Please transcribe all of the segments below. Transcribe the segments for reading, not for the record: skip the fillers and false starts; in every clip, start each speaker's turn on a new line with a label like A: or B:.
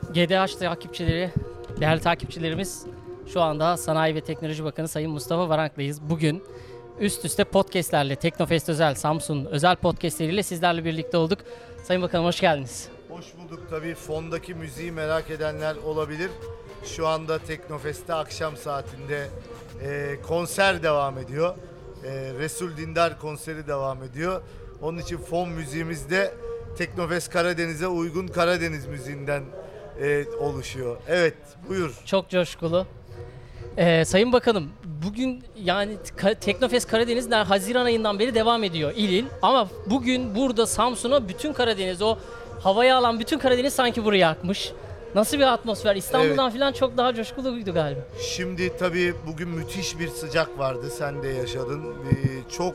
A: GDH takipçileri, değerli takipçilerimiz, şu anda Sanayi ve Teknoloji Bakanı Sayın Mustafa Varank'layız. Bugün üst üste podcastlerle, Teknofest özel, Samsun özel podcastleriyle sizlerle birlikte olduk. Sayın Bakanım hoş geldiniz.
B: Hoş bulduk. Tabii fondaki müziği merak edenler olabilir. Şu anda Teknofest'te akşam saatinde konser devam ediyor. Resul Dindar konseri devam ediyor. Onun için fon müziğimizde Teknofest Karadeniz'e uygun Karadeniz müziğinden oluşuyor. Evet, buyur.
A: Çok coşkulu. Sayın Bakanım, bugün yani Teknofest Karadeniz Haziran ayından beri devam ediyor il il. Ama bugün burada Samsun'a bütün Karadeniz, o havaya alan bütün Karadeniz sanki buraya akmış. Nasıl bir atmosfer? İstanbul'dan falan çok daha coşkuluydu galiba.
B: Şimdi tabii bugün müthiş bir sıcak vardı. Sen de yaşadın. Çok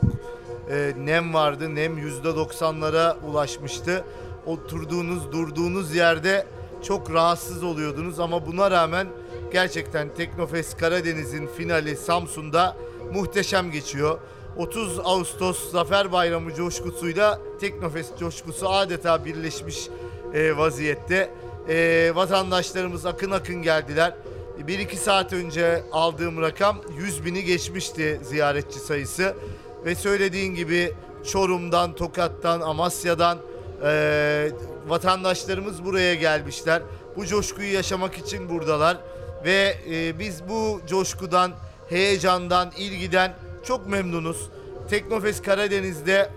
B: nem vardı. Nem %90'lara ulaşmıştı. Oturduğunuz, durduğunuz yerde çok rahatsız oluyordunuz. Ama buna rağmen gerçekten Teknofest Karadeniz'in finali Samsun'da muhteşem geçiyor. 30 Ağustos Zafer Bayramı coşkusuyla Teknofest coşkusu adeta birleşmiş vaziyette. Vatandaşlarımız akın akın geldiler. 1-2 saat önce aldığım rakam 100.000'i geçmişti ziyaretçi sayısı. Ve söylediğin gibi Çorum'dan, Tokat'tan, Amasya'dan vatandaşlarımız buraya gelmişler. Bu coşkuyu yaşamak için buradalar. Ve biz bu coşkudan, heyecandan, ilgiden çok memnunuz. Teknofest Karadeniz'de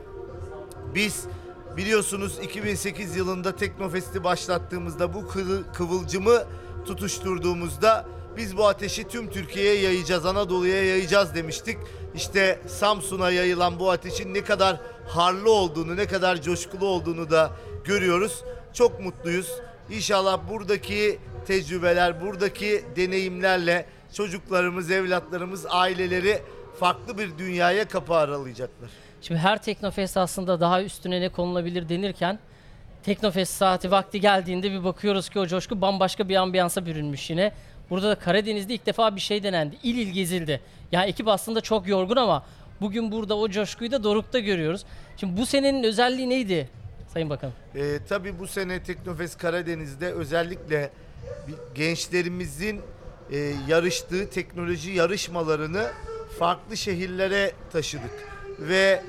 B: biz biliyorsunuz 2008 yılında Teknofest'i başlattığımızda bu kıvılcımı tutuşturduğumuzda biz bu ateşi tüm Türkiye'ye yayacağız, Anadolu'ya yayacağız demiştik. İşte Samsun'a yayılan bu ateşin ne kadar harlı olduğunu, ne kadar coşkulu olduğunu da görüyoruz. Çok mutluyuz. İnşallah buradaki tecrübeler, buradaki deneyimlerle çocuklarımız, evlatlarımız, aileleri farklı bir dünyaya kapı aralayacaklar.
A: Şimdi her Teknofest aslında daha üstüne ne konulabilir denirken Teknofest saati vakti geldiğinde bir bakıyoruz ki o coşku bambaşka bir ambiyansa bürünmüş yine. Burada da Karadeniz'de ilk defa bir şey denendi. İl il gezildi. Yani ekip aslında çok yorgun ama bugün burada o coşkuyu da dorukta görüyoruz. Şimdi bu senenin özelliği neydi Sayın Bakanım?
B: Tabii bu sene Teknofest Karadeniz'de özellikle gençlerimizin yarıştığı teknoloji yarışmalarını farklı şehirlere taşıdık. Ve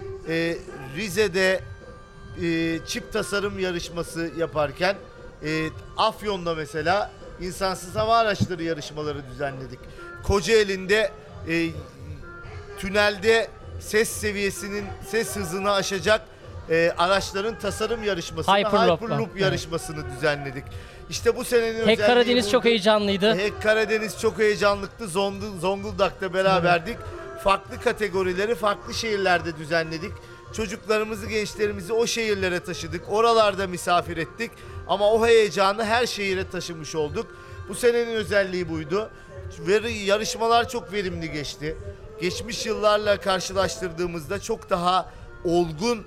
B: Rize'de çip tasarım yarışması yaparken Afyon'da mesela insansız hava araçları yarışmaları düzenledik. Kocaeli'nde tünelde ses hızını aşacak araçların tasarım yarışmasını, Hyperloop yarışmasını düzenledik. İşte bu senenin
A: Hack Karadeniz çok heyecanlıydı.
B: Hack Karadeniz çok heyecanlıktı. Zonguldak'ta beraberdik. Farklı kategorileri farklı şehirlerde düzenledik. Çocuklarımızı, gençlerimizi o şehirlere taşıdık. Oralarda misafir ettik. Ama o heyecanı her şehire taşımış olduk. Bu senenin özelliği buydu. Yarışmalar çok verimli geçti. Geçmiş yıllarla karşılaştırdığımızda çok daha olgun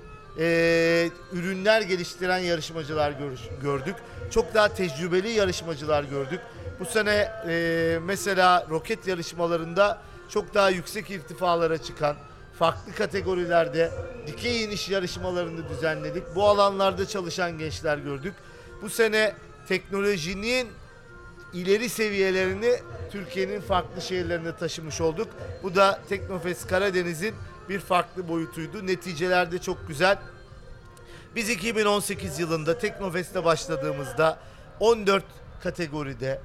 B: ürünler geliştiren yarışmacılar gördük. Çok daha tecrübeli yarışmacılar gördük. Bu sene mesela roket yarışmalarında çok daha yüksek irtifalara çıkan, farklı kategorilerde dikey iniş yarışmalarını düzenledik. Bu alanlarda çalışan gençler gördük. Bu sene teknolojinin ileri seviyelerini Türkiye'nin farklı şehirlerine taşımış olduk. Bu da Teknofest Karadeniz'in bir farklı boyutuydu. Neticeler de çok güzel. Biz 2018 yılında Teknofest'e başladığımızda 14 kategoride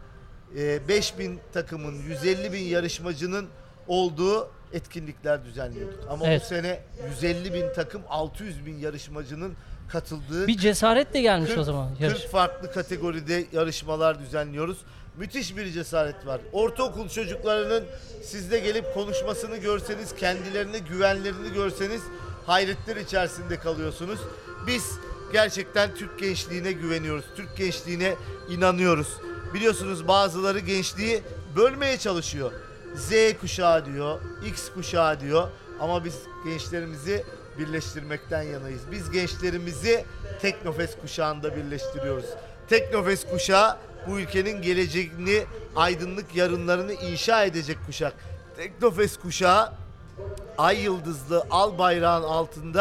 B: 5.000 takımın, 150.000 yarışmacının olduğu etkinlikler düzenliyorduk. Ama
A: evet,
B: bu sene 150.000 takım, 600.000 yarışmacının katıldığı
A: bir cesaret de gelmiş o zaman.
B: 40 farklı kategoride yarışmalar düzenliyoruz. Müthiş bir cesaret var. Ortaokul çocuklarının sizde gelip konuşmasını görseniz, kendilerine güvenlerini görseniz hayretler içerisinde kalıyorsunuz. Biz gerçekten Türk gençliğine güveniyoruz. Türk gençliğine inanıyoruz. Biliyorsunuz bazıları gençliği bölmeye çalışıyor. Z kuşağı diyor, X kuşağı diyor ama biz gençlerimizi birleştirmekten yanayız. Biz gençlerimizi Teknofest kuşağında birleştiriyoruz. Teknofest kuşağı bu ülkenin geleceğini, aydınlık yarınlarını inşa edecek kuşak. Teknofest kuşağı ay yıldızlı al bayrağın altında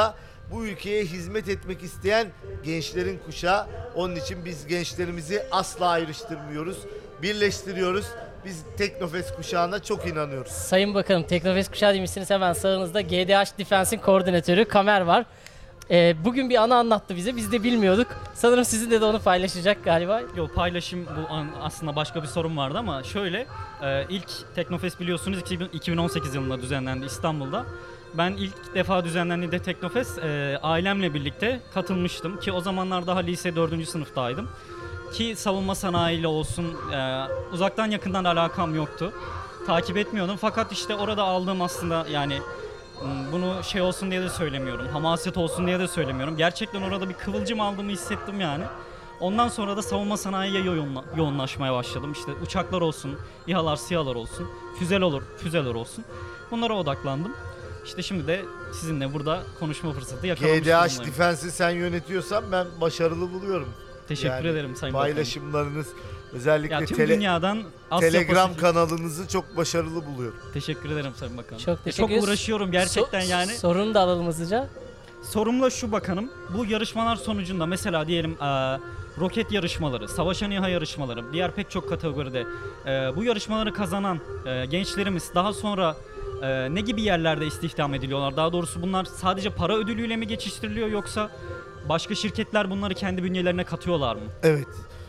B: bu ülkeye hizmet etmek isteyen gençlerin kuşağı. Onun için biz gençlerimizi asla ayrıştırmıyoruz, birleştiriyoruz. Biz Teknofest kuşağına çok inanıyoruz.
A: Sayın Bakanım, Teknofest kuşağı demişsiniz, hemen sağınızda GDH Defense'in koordinatörü Kamer var. Bugün bir anı anlattı bize, biz de bilmiyorduk. Sanırım sizinle de onu paylaşacak galiba.
C: Yo, paylaşım aslında başka bir sorun vardı ama şöyle, ilk Teknofest biliyorsunuz 2018 yılında düzenlendi İstanbul'da. Ben ilk defa düzenlendiğinde Teknofest ailemle birlikte katılmıştım ki o zamanlar daha lise 4. sınıftaydım. Ki savunma sanayiyle olsun uzaktan yakından alakam yoktu. Takip etmiyordum fakat işte orada aldığım aslında yani bunu şey olsun diye de söylemiyorum, hamaset olsun diye de söylemiyorum. Gerçekten orada bir kıvılcım aldığımı hissettim yani. Ondan sonra da savunma sanayiye yoğunlaşmaya başladım. İşte uçaklar olsun, İHA'lar, SİHA'lar olsun, füzeler olsun. Bunlara odaklandım. İşte şimdi de sizinle burada konuşma fırsatı yakalamış
B: GDH
C: durumdayım.
B: Defense'i sen yönetiyorsan ben başarılı buluyorum.
C: Teşekkür ederim Sayın Bakanım.
B: Paylaşımlarınız, özellikle
C: Ya tüm dünyadan Asya
B: Telegram
C: Pasifik-
B: kanalınızı çok başarılı buluyorum.
C: Teşekkür ederim Sayın Bakanım.
A: Çok teşekkür
C: Çok
A: ederiz.
C: uğraşıyorum gerçekten yani.
A: Sorunu da alalım hızlıca.
C: Sorumla şu bakanım, bu yarışmalar sonucunda mesela diyelim roket yarışmaları, savaşan İHA yarışmaları, diğer pek çok kategoride bu yarışmaları kazanan gençlerimiz daha sonra ne gibi yerlerde istihdam ediliyorlar? Daha doğrusu bunlar sadece para ödülüyle mi geçiştiriliyor yoksa başka şirketler bunları kendi bünyelerine katıyorlar mı?
B: Evet,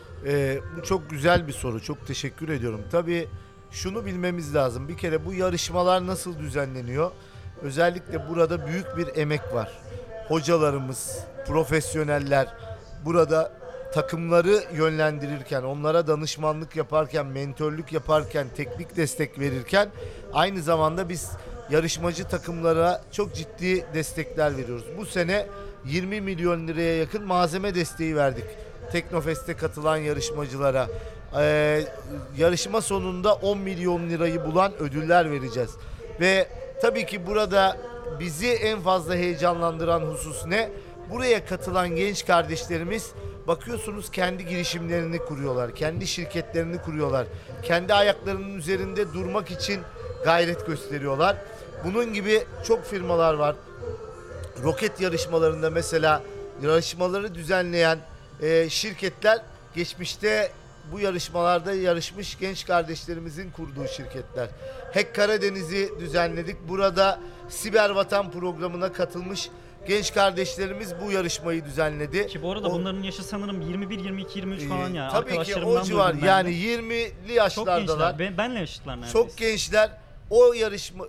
B: bu çok güzel bir soru. Çok teşekkür ediyorum. Tabii şunu bilmemiz lazım. Bir kere bu yarışmalar nasıl düzenleniyor? Özellikle burada büyük bir emek var. Hocalarımız, profesyoneller burada takımları yönlendirirken, onlara danışmanlık yaparken, mentörlük yaparken, teknik destek verirken aynı zamanda biz yarışmacı takımlara çok ciddi destekler veriyoruz. Bu sene 20 milyon liraya yakın malzeme desteği verdik Teknofest'e katılan yarışmacılara. Yarışma sonunda 10 milyon lirayı bulan ödüller vereceğiz. Ve tabii ki burada bizi en fazla heyecanlandıran husus ne? Buraya katılan genç kardeşlerimiz bakıyorsunuz kendi girişimlerini kuruyorlar, kendi şirketlerini kuruyorlar, kendi ayaklarının üzerinde durmak için gayret gösteriyorlar. Bunun gibi çok firmalar var. Roket yarışmalarında mesela yarışmaları düzenleyen şirketler geçmişte bu yarışmalarda yarışmış genç kardeşlerimizin kurduğu şirketler. Hack Karadeniz'i düzenledik. Burada Siber Vatan programına katılmış genç kardeşlerimiz bu yarışmayı düzenledi.
C: Ki bu arada bunların yaşı sanırım 21, 22, 23 falan yani.
B: Tabii ki
C: Arkadaşlarımdan
B: o civar
C: duydum ben
B: yani
C: de.
B: 20'li
C: Çok
B: yaşlardalar.
C: gençler. Benle yaşıtlar neredeyse.
B: Çok gençler. O yarışma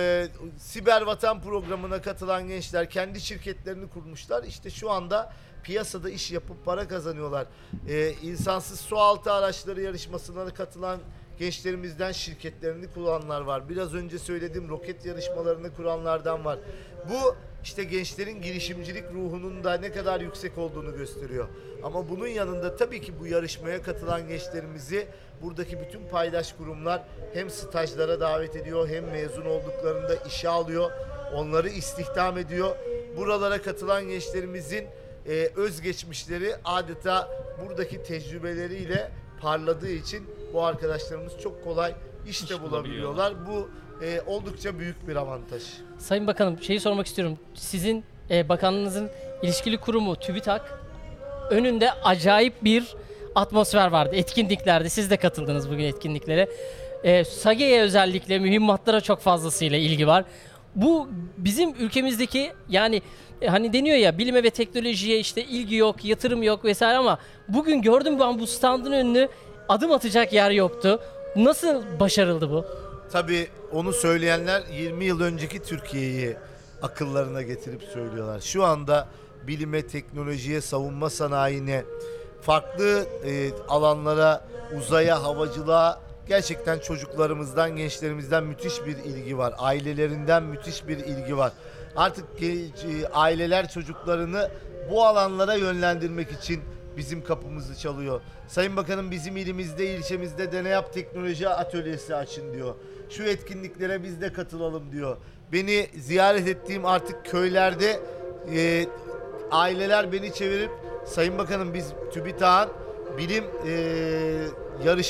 B: Siber Vatan programına katılan gençler kendi şirketlerini kurmuşlar. İşte şu anda piyasada iş yapıp para kazanıyorlar. İnsansız sualtı araçları yarışmasına katılan gençlerimizden şirketlerini kuranlar var. Biraz önce söylediğim roket yarışmalarını kuranlardan var. Bu işte gençlerin girişimcilik ruhunun da ne kadar yüksek olduğunu gösteriyor. Ama bunun yanında tabii ki bu yarışmaya katılan gençlerimizi buradaki bütün paydaş kurumlar hem stajlara davet ediyor hem mezun olduklarında işe alıyor. Onları istihdam ediyor. Buralara katılan gençlerimizin özgeçmişleri adeta buradaki tecrübeleriyle parladığı için bu arkadaşlarımız çok kolay iş de bulabiliyorlar. Bu oldukça büyük bir avantaj.
A: Sayın Bakanım, şeyi sormak istiyorum. Sizin bakanlığınızın ilişkili kurumu TÜBİTAK önünde acayip bir atmosfer vardı etkinliklerde. Siz de katıldınız bugün etkinliklere. SAGE'ye özellikle mühimmatlara çok fazlasıyla ilgi var. Bu bizim ülkemizdeki yani hani deniyor ya bilime ve teknolojiye işte ilgi yok, yatırım yok vesaire ama bugün gördüm ben bu standın önünü adım atacak yer yoktu. Nasıl başarıldı bu?
B: Tabii onu söyleyenler 20 yıl önceki Türkiye'yi akıllarına getirip söylüyorlar. Şu anda bilime, teknolojiye, savunma sanayine, farklı alanlara, uzaya, havacılığa gerçekten çocuklarımızdan, gençlerimizden müthiş bir ilgi var. Ailelerinden müthiş bir ilgi var. Artık aileler çocuklarını bu alanlara yönlendirmek için bizim kapımızı çalıyor. Sayın Bakanım bizim ilimizde, ilçemizde Deneyap Teknoloji Atölyesi açın diyor. Şu etkinliklere biz de katılalım diyor. Beni ziyaret ettiğim artık köylerde aileler beni çevirip Sayın Bakanım biz TÜBİTAK'ın bilim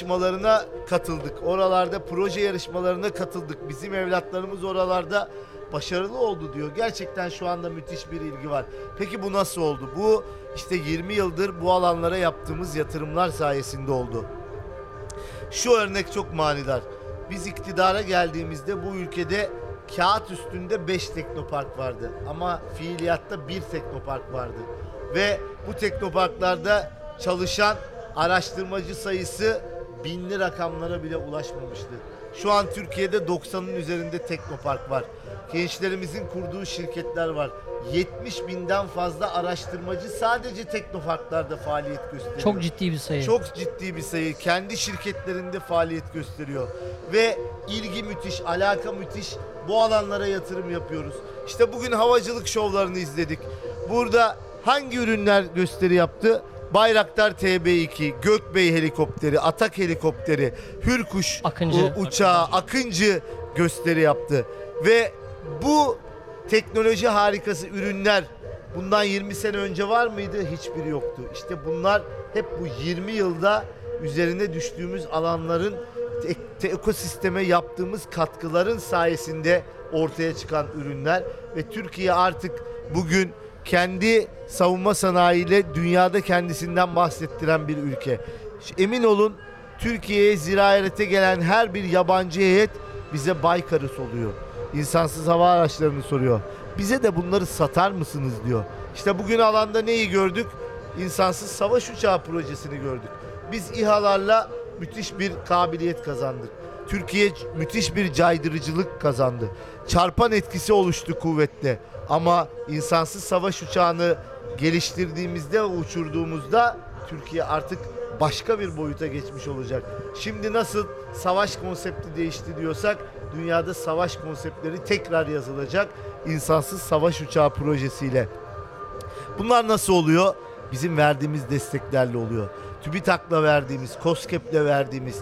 B: yarışmalarına katıldık. Oralarda proje yarışmalarına katıldık. Bizim evlatlarımız oralarda başarılı oldu diyor. Gerçekten şu anda müthiş bir ilgi var. Peki bu nasıl oldu? Bu işte 20 yıldır bu alanlara yaptığımız yatırımlar sayesinde oldu. Şu örnek çok manidar. Biz iktidara geldiğimizde bu ülkede kağıt üstünde 5 teknopark vardı. Ama fiiliyatta 1 teknopark vardı. Ve bu teknoparklarda çalışan araştırmacı sayısı binli rakamlara bile ulaşmamıştı. Şu an Türkiye'de 90'ın üzerinde teknopark var. Gençlerimizin kurduğu şirketler var. 70 binden fazla araştırmacı sadece teknoparklarda faaliyet gösteriyor.
A: Çok ciddi bir sayı.
B: Çok ciddi bir sayı. Kendi şirketlerinde faaliyet gösteriyor. Ve ilgi müthiş, alaka müthiş. Bu alanlara yatırım yapıyoruz. İşte bugün havacılık şovlarını izledik. Burada hangi ürünler gösteri yaptı? Bayraktar TB2, Gökbey helikopteri, Atak helikopteri, Hürkuş
A: Akıncı.
B: uçağı, Akıncı gösteri yaptı. Ve bu teknoloji harikası ürünler bundan 20 sene önce var mıydı? Hiçbiri yoktu. İşte bunlar hep bu 20 yılda üzerine düştüğümüz alanların ekosisteme yaptığımız katkıların sayesinde ortaya çıkan ürünler ve Türkiye artık bugün kendi savunma sanayiyle dünyada kendisinden bahsettiren bir ülke. Emin olun Türkiye'ye ziyarete gelen her bir yabancı heyet bize Baykar'ı soruyor. İnsansız hava araçlarını soruyor. Bize de bunları satar mısınız diyor. İşte bugün alanda neyi gördük? İnsansız savaş uçağı projesini gördük. Biz İHA'larla müthiş bir kabiliyet kazandık. Türkiye müthiş bir caydırıcılık kazandı. Çarpan etkisi oluştu kuvvetle. Ama insansız savaş uçağını geliştirdiğimizde ve uçurduğumuzda Türkiye artık başka bir boyuta geçmiş olacak. Şimdi nasıl savaş konsepti değişti diyorsak dünyada savaş konseptleri tekrar yazılacak insansız savaş uçağı projesiyle. Bunlar nasıl oluyor? Bizim verdiğimiz desteklerle oluyor. TÜBİTAK'la verdiğimiz, KOSGEB'le verdiğimiz,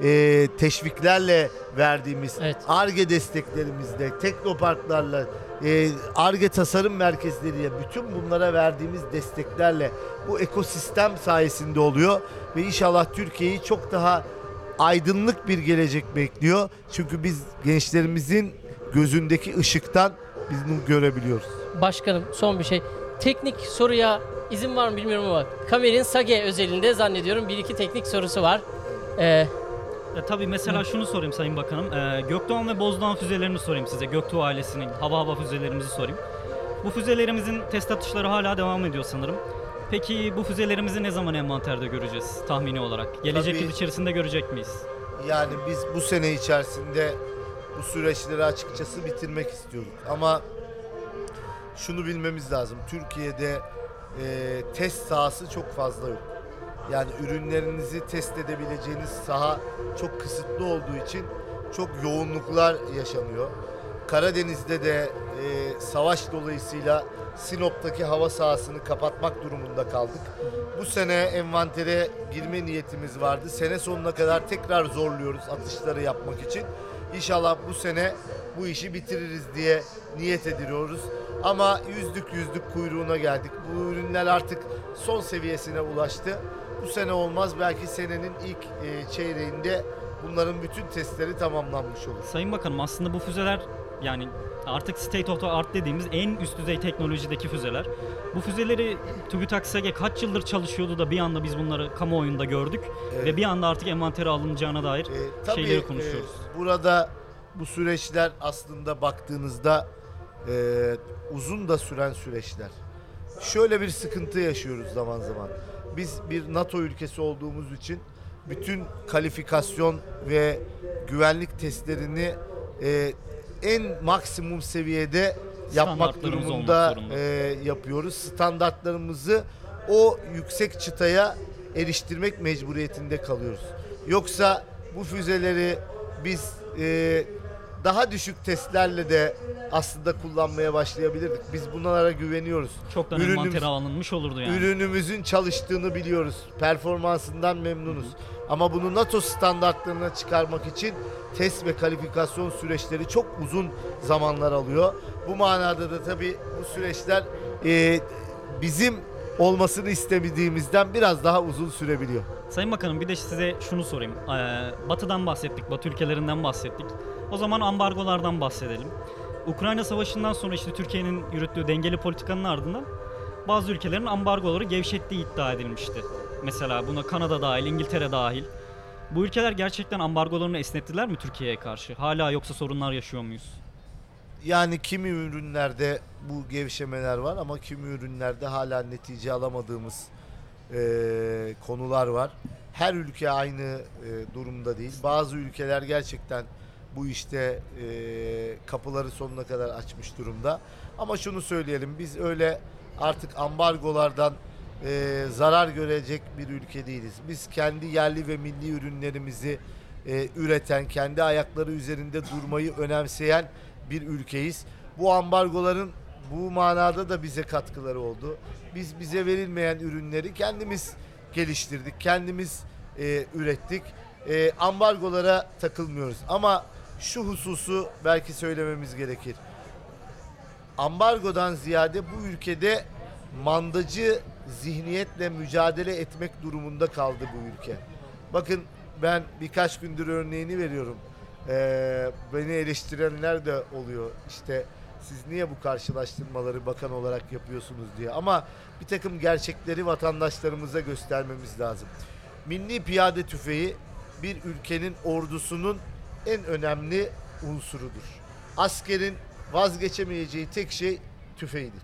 B: teşviklerle verdiğimiz,
A: Evet.
B: ARGE desteklerimizle, teknoparklarla, ARGE tasarım merkezleriyle, bütün bunlara verdiğimiz desteklerle bu ekosistem sayesinde oluyor ve inşallah Türkiye'yi çok daha aydınlık bir gelecek bekliyor. Çünkü biz gençlerimizin gözündeki ışıktan biz bunu görebiliyoruz.
A: Başkanım son bir şey. Teknik soruya izin var mı bilmiyorum ama Kamer'in Sage özelinde zannediyorum bir iki teknik sorusu var.
C: Tabii mesela şunu sorayım Sayın Bakanım. Gökdoğan ve Bozdoğan füzelerini sorayım size. Göktuğ ailesinin hava füzelerimizi sorayım. Bu füzelerimizin test atışları hala devam ediyor sanırım. Peki bu füzelerimizi ne zaman envanterde göreceğiz tahmini olarak? Gelecek
B: Tabii.
C: yıl içerisinde görecek miyiz?
B: Yani biz bu sene içerisinde bu süreçleri açıkçası bitirmek istiyorduk. Ama şunu bilmemiz lazım. Türkiye'de test sahası çok fazla yok. Yani ürünlerinizi test edebileceğiniz saha çok kısıtlı olduğu için çok yoğunluklar yaşanıyor. Karadeniz'de de savaş dolayısıyla Sinop'taki hava sahasını kapatmak durumunda kaldık. Bu sene envantere girme niyetimiz vardı. Sene sonuna kadar tekrar zorluyoruz atışları yapmak için. İnşallah bu sene bu işi bitiririz diye niyet ediyoruz. Ama yüzlük kuyruğuna geldik. Bu ürünler artık son seviyesine ulaştı. Bu sene olmaz, belki senenin ilk çeyreğinde bunların bütün testleri tamamlanmış olur.
C: Sayın Bakanım aslında bu füzeler yani artık state of the art dediğimiz en üst düzey teknolojideki füzeler. Bu füzeleri TÜBİTAK SAGE kaç yıldır çalışıyordu da bir anda biz bunları kamuoyunda gördük ve bir anda artık envantere alınacağına dair şeyleri konuşuyoruz.
B: Burada bu süreçler aslında baktığınızda uzun da süren süreçler. Şöyle bir sıkıntı yaşıyoruz zaman zaman. Biz bir NATO ülkesi olduğumuz için bütün kalifikasyon ve güvenlik testlerini en maksimum seviyede yapmak
C: Standartlarımız
B: durumunda
C: olmak zorunda.
B: yapıyoruz. Standartlarımızı o yüksek çıtaya eriştirmek mecburiyetinde kalıyoruz. Yoksa bu füzeleri biz daha düşük testlerle de aslında kullanmaya başlayabilirdik. Biz bunlara güveniyoruz.
C: Çoktan envantere alınmış olurdu yani.
B: Ürünümüzün çalıştığını biliyoruz. Performansından memnunuz. Ama bunu NATO standartlarına çıkarmak için test ve kalifikasyon süreçleri çok uzun zamanlar alıyor. Bu manada da tabii bu süreçler bizim olmasını istemediğimizden biraz daha uzun sürebiliyor.
C: Sayın Bakanım bir de size şunu sorayım. Batı'dan bahsettik, Batı ülkelerinden bahsettik. O zaman ambargolardan bahsedelim. Ukrayna Savaşı'ndan sonra işte Türkiye'nin yürüttüğü dengeli politikanın ardından bazı ülkelerin ambargoları gevşettiği iddia edilmişti. Mesela buna Kanada dahil, İngiltere dahil. Bu ülkeler gerçekten ambargolarını esnettiler mi Türkiye'ye karşı? Hala yoksa sorunlar yaşıyor muyuz?
B: Yani kimi ürünlerde bu gevşemeler var ama kimi ürünlerde hala netice alamadığımız konular var. Her ülke aynı durumda değil. Bazı ülkeler gerçekten bu işte kapıları sonuna kadar açmış durumda. Ama şunu söyleyelim, biz öyle artık ambargolardan zarar görecek bir ülke değiliz. Biz kendi yerli ve milli ürünlerimizi üreten, kendi ayakları üzerinde durmayı önemseyen bir ülkeyiz. Bu ambargoların bu manada da bize katkıları oldu. Biz bize verilmeyen ürünleri kendimiz geliştirdik, kendimiz ürettik. Ambargolara takılmıyoruz. Ama şu hususu belki söylememiz gerekir. Ambargodan ziyade bu ülkede mandacı zihniyetle mücadele etmek durumunda kaldı bu ülke. Bakın ben birkaç gündür örneğini veriyorum. Beni eleştirenler de oluyor. İşte siz niye bu karşılaştırmaları bakan olarak yapıyorsunuz diye. Ama bir takım gerçekleri vatandaşlarımıza göstermemiz lazım. Milli piyade tüfeği bir ülkenin ordusunun en önemli unsurudur. Askerin vazgeçemeyeceği tek şey tüfeğidir.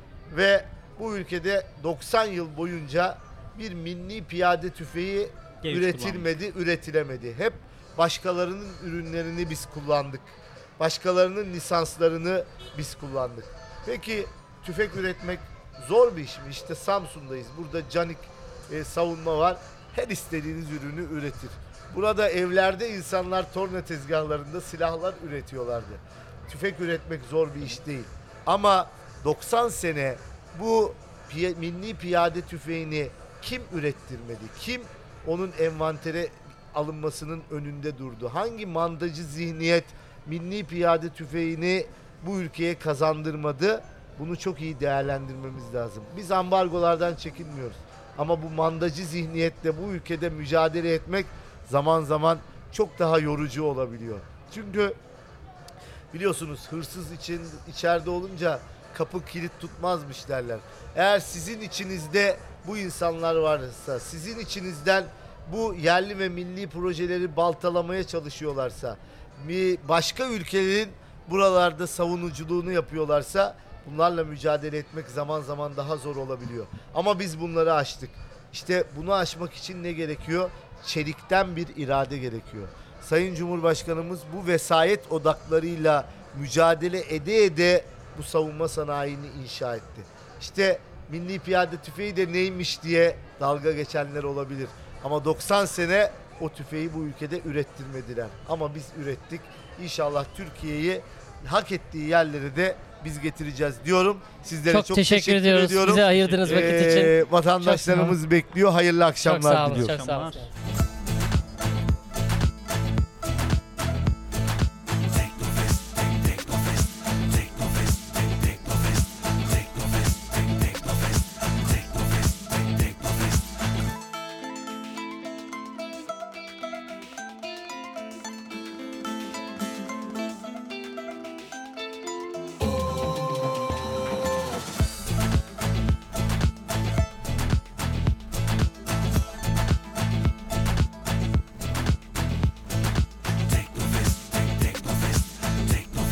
B: Ve bu ülkede 90 yıl boyunca bir milli piyade tüfeği üretilmedi, üretilemedi. Hep başkalarının ürünlerini biz kullandık. Başkalarının lisanslarını biz kullandık. Peki tüfek üretmek zor bir iş mi? İşte Samsun'dayız. Burada Canik savunma var. Her istediğiniz ürünü üretir. Burada evlerde insanlar torna tezgahlarında silahlar üretiyorlardı. Tüfek üretmek zor bir iş değil. Ama 90 sene bu milli piyade tüfeğini kim ürettirmedi? Kim onun envantere alınmasının önünde durdu? Hangi mandacı zihniyet milli piyade tüfeğini bu ülkeye kazandırmadı? Bunu çok iyi değerlendirmemiz lazım. Biz ambargolardan çekinmiyoruz. Ama bu mandacı zihniyetle bu ülkede mücadele etmek zaman zaman çok daha yorucu olabiliyor. Çünkü biliyorsunuz hırsız için içeride olunca kapı kilit tutmazmış derler. Eğer sizin içinizde bu insanlar varsa, sizin içinizden bu yerli ve milli projeleri baltalamaya çalışıyorlarsa, bir başka ülkelerin buralarda savunuculuğunu yapıyorlarsa bunlarla mücadele etmek zaman zaman daha zor olabiliyor. Ama biz bunları aştık. İşte bunu aşmak için ne gerekiyor? Çelikten bir irade gerekiyor. Sayın Cumhurbaşkanımız bu vesayet odaklarıyla mücadele ede bu savunma sanayini inşa etti. İşte milli piyade tüfeği de neymiş diye dalga geçenler olabilir. Ama 90 sene o tüfeği bu ülkede ürettirmediler. Ama biz ürettik. İnşallah Türkiye'yi hak ettiği yerlere de biz getireceğiz diyorum. Sizlere çok teşekkür ediyoruz.
A: Bize ayırdığınız vakit için.
B: Vatandaşlarımız bekliyor. Hayırlı akşamlar
A: Çok sağ olun.
B: diliyorum.
A: Çok sağ olun.